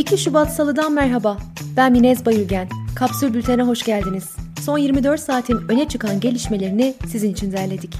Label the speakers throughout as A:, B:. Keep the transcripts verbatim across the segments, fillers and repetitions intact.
A: iki Şubat Salı'dan merhaba. Ben Minez Bayülgen. Kapsül Bülten'e hoş geldiniz. Son yirmi dört saatin öne çıkan gelişmelerini sizin için derledik.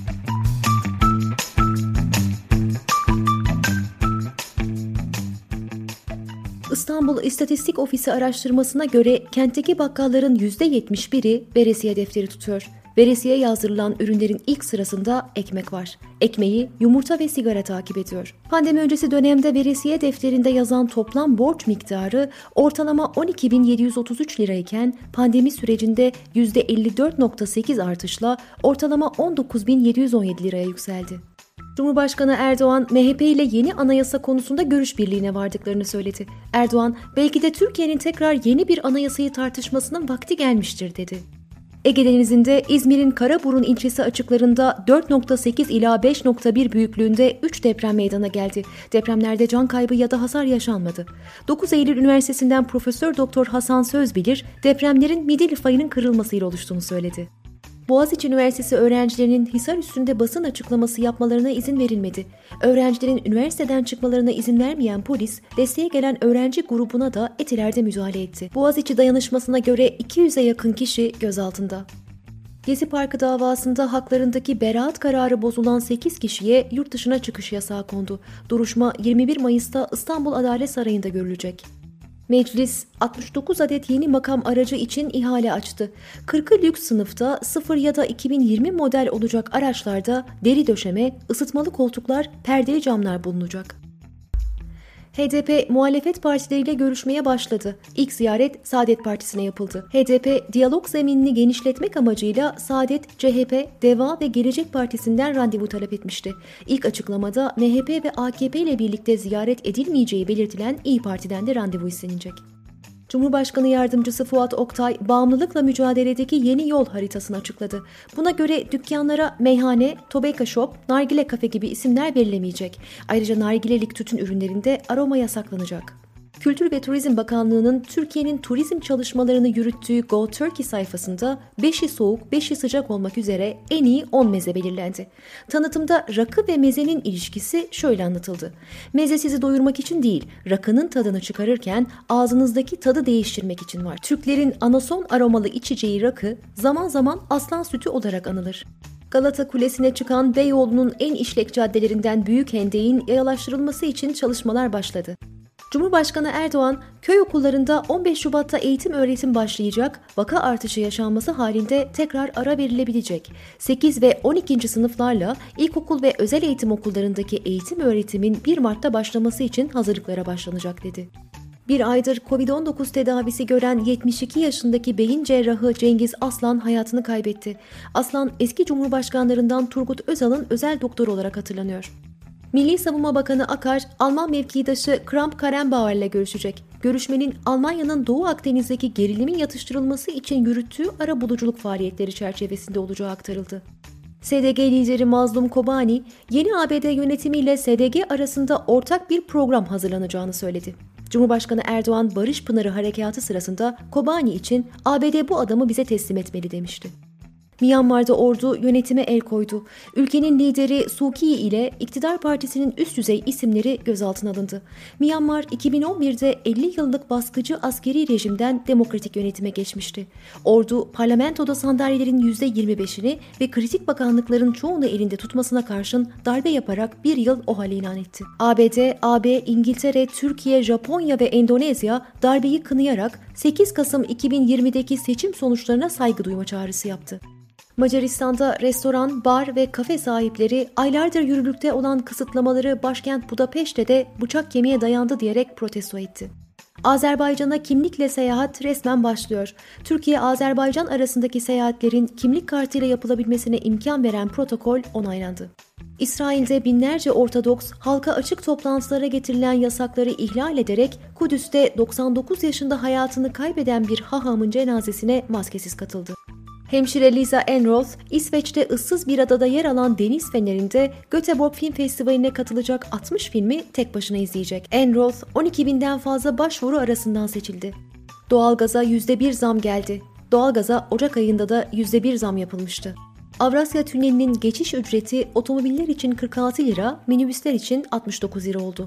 A: İstanbul İstatistik Ofisi araştırmasına göre kentteki bakkalların yüzde yetmiş biri veresiye defteri tutuyor. Veresiye yazdırılan ürünlerin ilk sırasında ekmek var. Ekmeği yumurta ve sigara takip ediyor. Pandemi öncesi dönemde veresiye defterinde yazan toplam borç miktarı ortalama on iki bin yedi yüz otuz üç lirayken pandemi sürecinde yüzde elli dört virgül sekiz artışla ortalama on dokuz bin yedi yüz on yedi liraya yükseldi. Cumhurbaşkanı Erdoğan, M H P ile yeni anayasa konusunda görüş birliğine vardıklarını söyledi. Erdoğan, belki de Türkiye'nin tekrar yeni bir anayasayı tartışmasının vakti gelmiştir dedi. Ege Denizi'nde İzmir'in Karaburun ilçesi açıklarında dört virgül sekiz ila beş virgül bir büyüklüğünde üç deprem meydana geldi. Depremlerde can kaybı ya da hasar yaşanmadı. dokuz Eylül Üniversitesi'nden Profesör Doktor Hasan Sözbilir, depremlerin Midilli fayının kırılmasıyla oluştuğunu söyledi. Boğaziçi Üniversitesi öğrencilerinin Hisar üstünde basın açıklaması yapmalarına izin verilmedi. Öğrencilerin üniversiteden çıkmalarına izin vermeyen polis, desteğe gelen öğrenci grubuna da Etiler'de müdahale etti. Boğaziçi dayanışmasına göre iki yüze yakın kişi gözaltında. Gezi Parkı davasında haklarındaki beraat kararı bozulan sekiz kişiye yurt dışına çıkış yasağı kondu. Duruşma yirmi bir Mayıs'ta İstanbul Adalet Sarayı'nda görülecek. Meclis altmış dokuz adet yeni makam aracı için ihale açtı. kırkı lüks sınıfta sıfır ya da iki bin yirmi model olacak araçlarda deri döşeme, ısıtmalı koltuklar, perdeli camlar bulunacak. H D P muhalefet partileriyle görüşmeye başladı. İlk ziyaret Saadet Partisi'ne yapıldı. H D P diyalog zeminini genişletmek amacıyla Saadet, C H P, DEVA ve Gelecek Partisi'nden randevu talep etmişti. İlk açıklamada M H P ve A K P ile birlikte ziyaret edilmeyeceği belirtilen İYİ Parti'den de randevu istenecek. Cumhurbaşkanı Yardımcısı Fuat Oktay, bağımlılıkla mücadeledeki yeni yol haritasını açıkladı. Buna göre dükkanlara meyhane, tobacco shop, nargile kafe gibi isimler verilemeyecek. Ayrıca nargilelik tütün ürünlerinde aroma yasaklanacak. Kültür ve Turizm Bakanlığı'nın Türkiye'nin turizm çalışmalarını yürüttüğü Go Turkey sayfasında beşi soğuk, beşi sıcak olmak üzere en iyi on meze belirlendi. Tanıtımda rakı ve mezenin ilişkisi şöyle anlatıldı. Meze sizi doyurmak için değil, rakının tadını çıkarırken ağzınızdaki tadı değiştirmek için var. Türklerin anason aromalı içeceği rakı zaman zaman aslan sütü olarak anılır. Galata Kulesi'ne çıkan Beyoğlu'nun en işlek caddelerinden Büyük Hendek'in yayalaştırılması için çalışmalar başladı. Cumhurbaşkanı Erdoğan, köy okullarında on beş Şubat'ta eğitim öğretim başlayacak, vaka artışı yaşanması halinde tekrar ara verilebilecek. sekiz ve on ikinci sınıflarla ilkokul ve özel eğitim okullarındaki eğitim öğretimin bir Mart'ta başlaması için hazırlıklara başlanacak dedi. Bir aydır kovid on dokuz tedavisi gören yetmiş iki yaşındaki beyin cerrahı Cengiz Aslan hayatını kaybetti. Aslan, eski cumhurbaşkanlarından Turgut Özal'ın özel doktoru olarak hatırlanıyor. Milli Savunma Bakanı Akar, Alman mevkidaşı Kramp-Karrenbauer ile görüşecek. Görüşmenin Almanya'nın Doğu Akdeniz'deki gerilimin yatıştırılması için yürüttüğü arabuluculuk faaliyetleri çerçevesinde olacağı aktarıldı. S D G lideri Mazlum Kobani, yeni A B D yönetimiyle S D G arasında ortak bir program hazırlanacağını söyledi. Cumhurbaşkanı Erdoğan, Barış Pınarı Harekatı sırasında Kobani için A B D bu adamı bize teslim etmeli demişti. Myanmar'da ordu yönetime el koydu. Ülkenin lideri Suu Kyi ile iktidar partisinin üst düzey isimleri gözaltına alındı. Myanmar iki bin on birde elli yıllık baskıcı askeri rejimden demokratik yönetime geçmişti. Ordu parlamentoda sandalyelerin yüzde yirmi beşini ve kritik bakanlıkların çoğunu elinde tutmasına karşın darbe yaparak bir yıl OHAL ilan etti. A B D, A B, İngiltere, Türkiye, Japonya ve Endonezya darbeyi kınayarak sekiz Kasım iki bin yirmideki seçim sonuçlarına saygı duyma çağrısı yaptı. Macaristan'da restoran, bar ve kafe sahipleri aylardır yürürlükte olan kısıtlamaları başkent Budapeşte de bıçak kemiğe dayandı diyerek protesto etti. Azerbaycan'a kimlikle seyahat resmen başlıyor. Türkiye-Azerbaycan arasındaki seyahatlerin kimlik kartıyla yapılabilmesine imkan veren protokol onaylandı. İsrail'de binlerce Ortodoks halka açık toplantılara getirilen yasakları ihlal ederek Kudüs'te doksan dokuz yaşında hayatını kaybeden bir hahamın cenazesine maskesiz katıldı. Hemşire Lisa Enroth, İsveç'te ıssız bir adada yer alan Deniz Feneri'nde Göteborg Film Festivali'ne katılacak altmış filmi tek başına izleyecek. Enroth, on iki binden fazla başvuru arasından seçildi. Doğalgaza yüzde bir zam geldi. Doğalgaza Ocak ayında da yüzde bir zam yapılmıştı. Avrasya Tüneli'nin geçiş ücreti otomobiller için kırk altı lira, minibüsler için altmış dokuz lira oldu.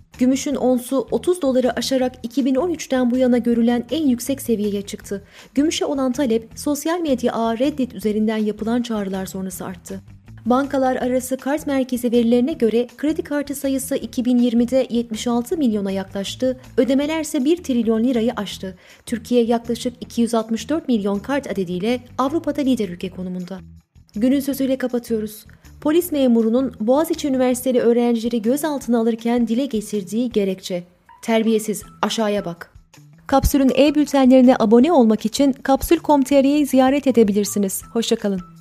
A: Gümüşün onsu otuz doları aşarak iki bin on üçten bu yana görülen en yüksek seviyeye çıktı. Gümüşe olan talep sosyal medya ağı Reddit üzerinden yapılan çağrılar sonrası arttı. Bankalar arası kart merkezi verilerine göre kredi kartı sayısı iki bin yirmide yetmiş altı milyona yaklaştı, ödemeler ise bir trilyon lirayı aştı. Türkiye yaklaşık iki yüz altmış dört milyon kart adediyle Avrupa'da lider ülke konumunda. Günün sözüyle kapatıyoruz. Polis memurunun Boğaziçi Üniversiteli öğrencileri gözaltına alırken dile getirdiği gerekçe. Terbiyesiz, aşağıya bak. Kapsül'ün e-bültenlerine abone olmak için kapsül nokta com nokta tr'yi ziyaret edebilirsiniz. Hoşça kalın.